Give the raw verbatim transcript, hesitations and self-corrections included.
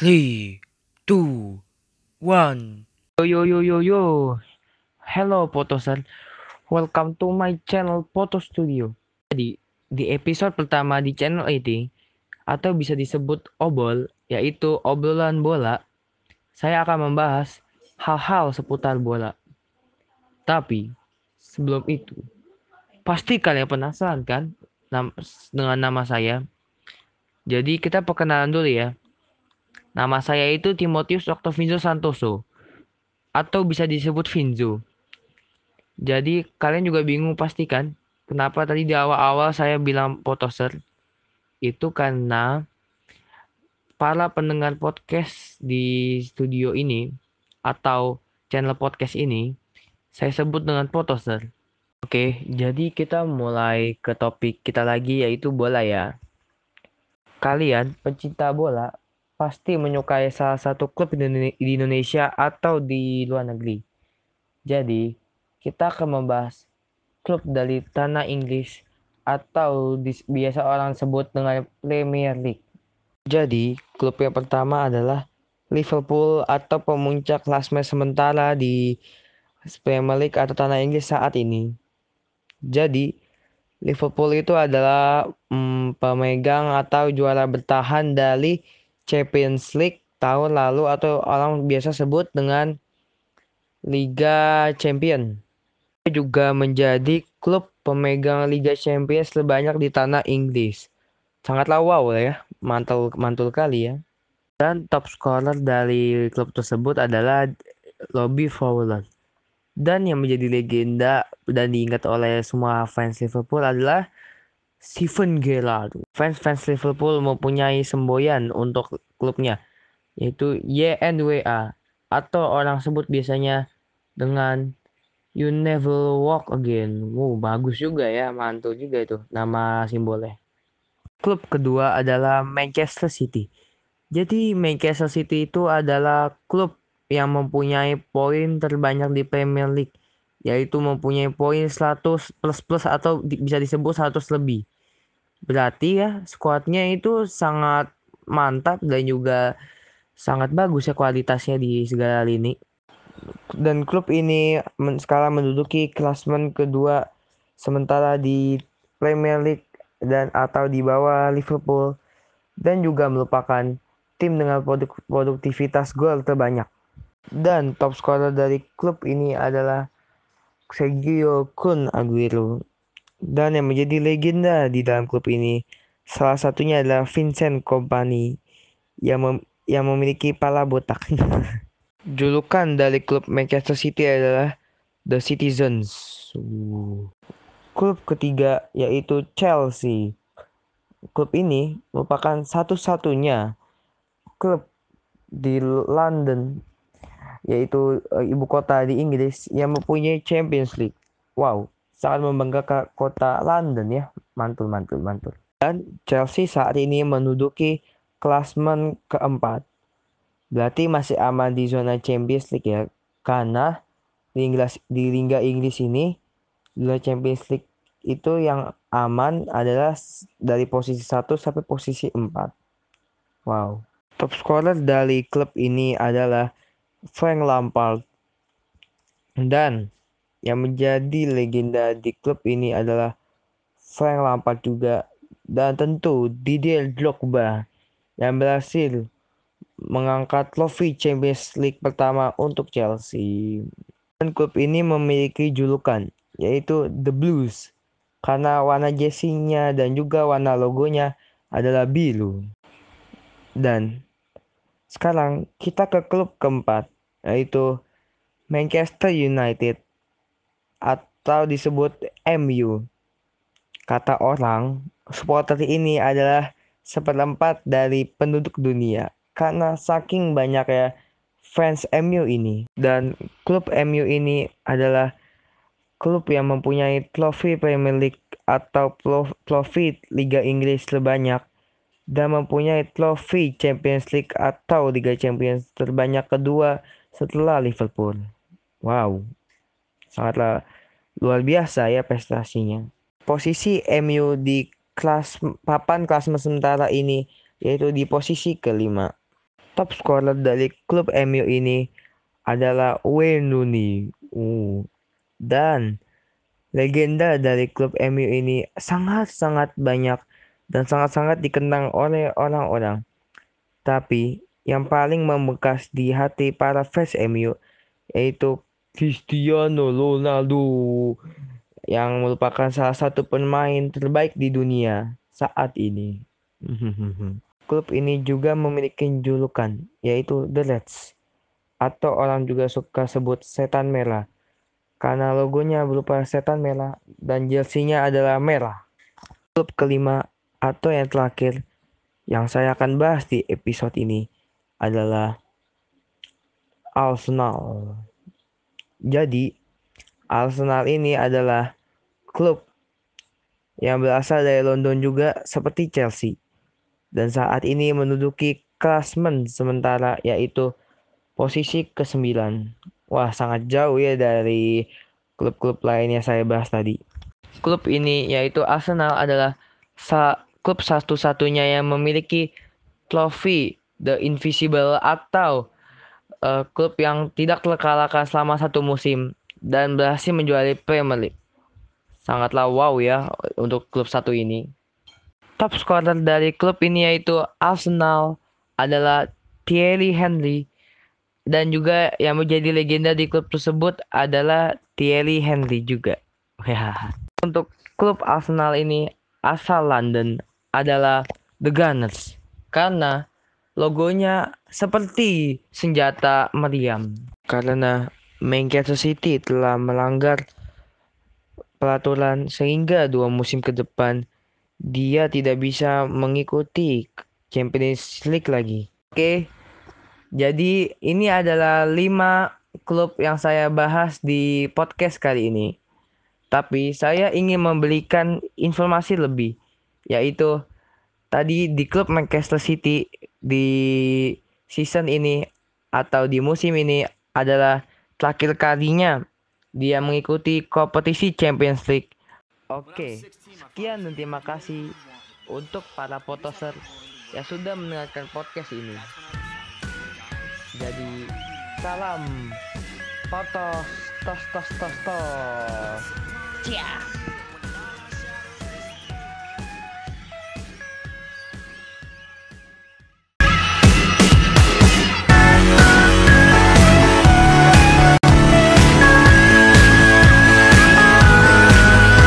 Three, two, one. Yo yo yo yo yo. Hello Potosan. Welcome to my channel Poto Studio. Jadi di episode pertama di channel ini atau bisa disebut obol, yaitu obrolan bola, saya akan membahas hal-hal seputar bola. Tapi sebelum itu, pasti kalian penasaran kan dengan nama saya. Jadi kita perkenalan dulu ya. Nama saya itu Timotius Octavianzo Santoso atau bisa disebut Vinzo. Jadi kalian juga bingung pasti kan kenapa tadi di awal-awal saya bilang potoser? Itu karena para pendengar podcast di studio ini atau channel podcast ini saya sebut dengan potoser. Oke, jadi kita mulai ke topik kita lagi yaitu bola ya. Kalian pencinta bola pasti menyukai salah satu klub di Indonesia atau di luar negeri. Jadi, kita akan membahas klub dari tanah Inggris atau biasa orang sebut dengan Premier League. Jadi, klub yang pertama adalah Liverpool atau pemuncak klasemen sementara di Premier League atau tanah Inggris saat ini. Jadi, Liverpool itu adalah hmm, pemegang atau juara bertahan dari Champions League tahun lalu atau orang biasa sebut dengan Liga Champion. Dia juga menjadi klub pemegang Liga Champions terbanyak di tanah Inggris. Sangatlah wow ya, mantul mantul kali ya. Dan top scorer dari klub tersebut adalah Robbie Fowler. Dan yang menjadi legenda dan diingat oleh semua fans Liverpool adalah Steven Gerrard. Fans-fans Liverpool mempunyai semboyan untuk klubnya, yaitu Y N W A atau orang sebut biasanya dengan You Never Walk Again. Wow, bagus juga ya, mantul juga itu nama simbolnya. Klub kedua adalah Manchester City. Jadi Manchester City itu adalah klub yang mempunyai poin terbanyak di Premier League, yaitu mempunyai poin seratus plus plus atau di, bisa disebut seratus lebih. Berarti ya skuadnya itu sangat mantap dan juga sangat bagus ya kualitasnya di segala lini. Dan klub ini sekarang menduduki klasemen kedua sementara di Premier League dan atau di bawah Liverpool dan juga merupakan tim dengan produk, produktivitas gol terbanyak. Dan top scorer dari klub ini adalah Sergio Kun Aguero. Dan yang menjadi legenda di dalam klub ini salah satunya adalah Vincent Kompany yang mem yang memiliki pala botak. Julukan dari klub Manchester City adalah The Citizens. Uh. Klub ketiga yaitu Chelsea. Klub ini merupakan satu-satunya klub di London, yaitu uh, ibu kota di Inggris yang mempunyai Champions League. Wow, sangat membanggakan kota London ya. Mantul, mantul, mantul. Dan Chelsea saat ini menduduki klasemen keempat. Berarti masih aman di zona Champions League ya. Karena di Inggris, di Liga Inggris ini, zona Champions League itu yang aman adalah dari posisi satu sampai posisi empat. Wow. Top scorer dari klub ini adalah Frank Lampard. Dan yang menjadi legenda di klub ini adalah Frank Lampard juga. Dan tentu Didier Drogba yang berhasil mengangkat trofi Champions League pertama untuk Chelsea. Dan klub ini memiliki julukan yaitu The Blues karena warna jersey-nya dan juga warna logonya adalah biru. Dan sekarang kita ke klub keempat yaitu Manchester United atau disebut M U. Kata orang, supporter ini adalah seperempat dari penduduk dunia karena saking banyaknya fans M U ini. Dan klub M U ini adalah klub yang mempunyai trofi Premier League atau trofi Liga Inggris terbanyak dan mempunyai trofi Champions League atau Liga Champions terbanyak kedua setelah Liverpool. Wow, sangatlah luar biasa ya prestasinya. Posisi M U di kelas papan klasemen sementara ini yaitu di posisi kelima. Top scorer dari klub M U ini adalah Wayne Rooney. Uh, dan legenda dari klub M U ini sangat-sangat banyak dan sangat-sangat dikenang oleh orang-orang. Tapi yang paling membekas di hati para fans M U yaitu Cristiano Ronaldo yang merupakan salah satu pemain terbaik di dunia saat ini. Klub ini juga memiliki julukan yaitu The Reds atau orang juga suka sebut setan merah karena logonya berupa setan merah dan jersey-nya adalah merah. Klub kelima atau yang terakhir yang saya akan bahas di episode ini adalah Arsenal. Jadi, Arsenal ini adalah klub yang berasal dari London juga seperti Chelsea. Dan saat ini menduduki klasemen sementara yaitu posisi kesembilan. Wah, sangat jauh ya dari klub-klub lain yang saya bahas tadi. Klub ini yaitu Arsenal adalah sa klub satu-satunya yang memiliki trofi The Invisible atau uh, klub yang tidak terkalahkan selama satu musim dan berhasil menjuari Premier League. Sangatlah wow ya untuk klub satu ini. Top scorer dari klub ini yaitu Arsenal adalah Thierry Henry. Dan juga yang menjadi legenda di klub tersebut adalah Thierry Henry juga. Untuk klub Arsenal ini asal London adalah The Gunners. Karena logonya seperti senjata meriam. Karena Manchester City telah melanggar peraturan sehingga dua musim ke depan dia tidak bisa mengikuti Champions League lagi. Oke. Jadi ini adalah lima klub yang saya bahas di podcast kali ini. Tapi saya ingin memberikan informasi lebih. Yaitu tadi di klub Manchester City di season ini atau di musim ini adalah terakhir kalinya dia mengikuti kompetisi Champions League. Oke, sekian dan terima kasih untuk para potoser yang sudah mendengarkan podcast ini. Jadi salam potos tos tos tos tos. Cia.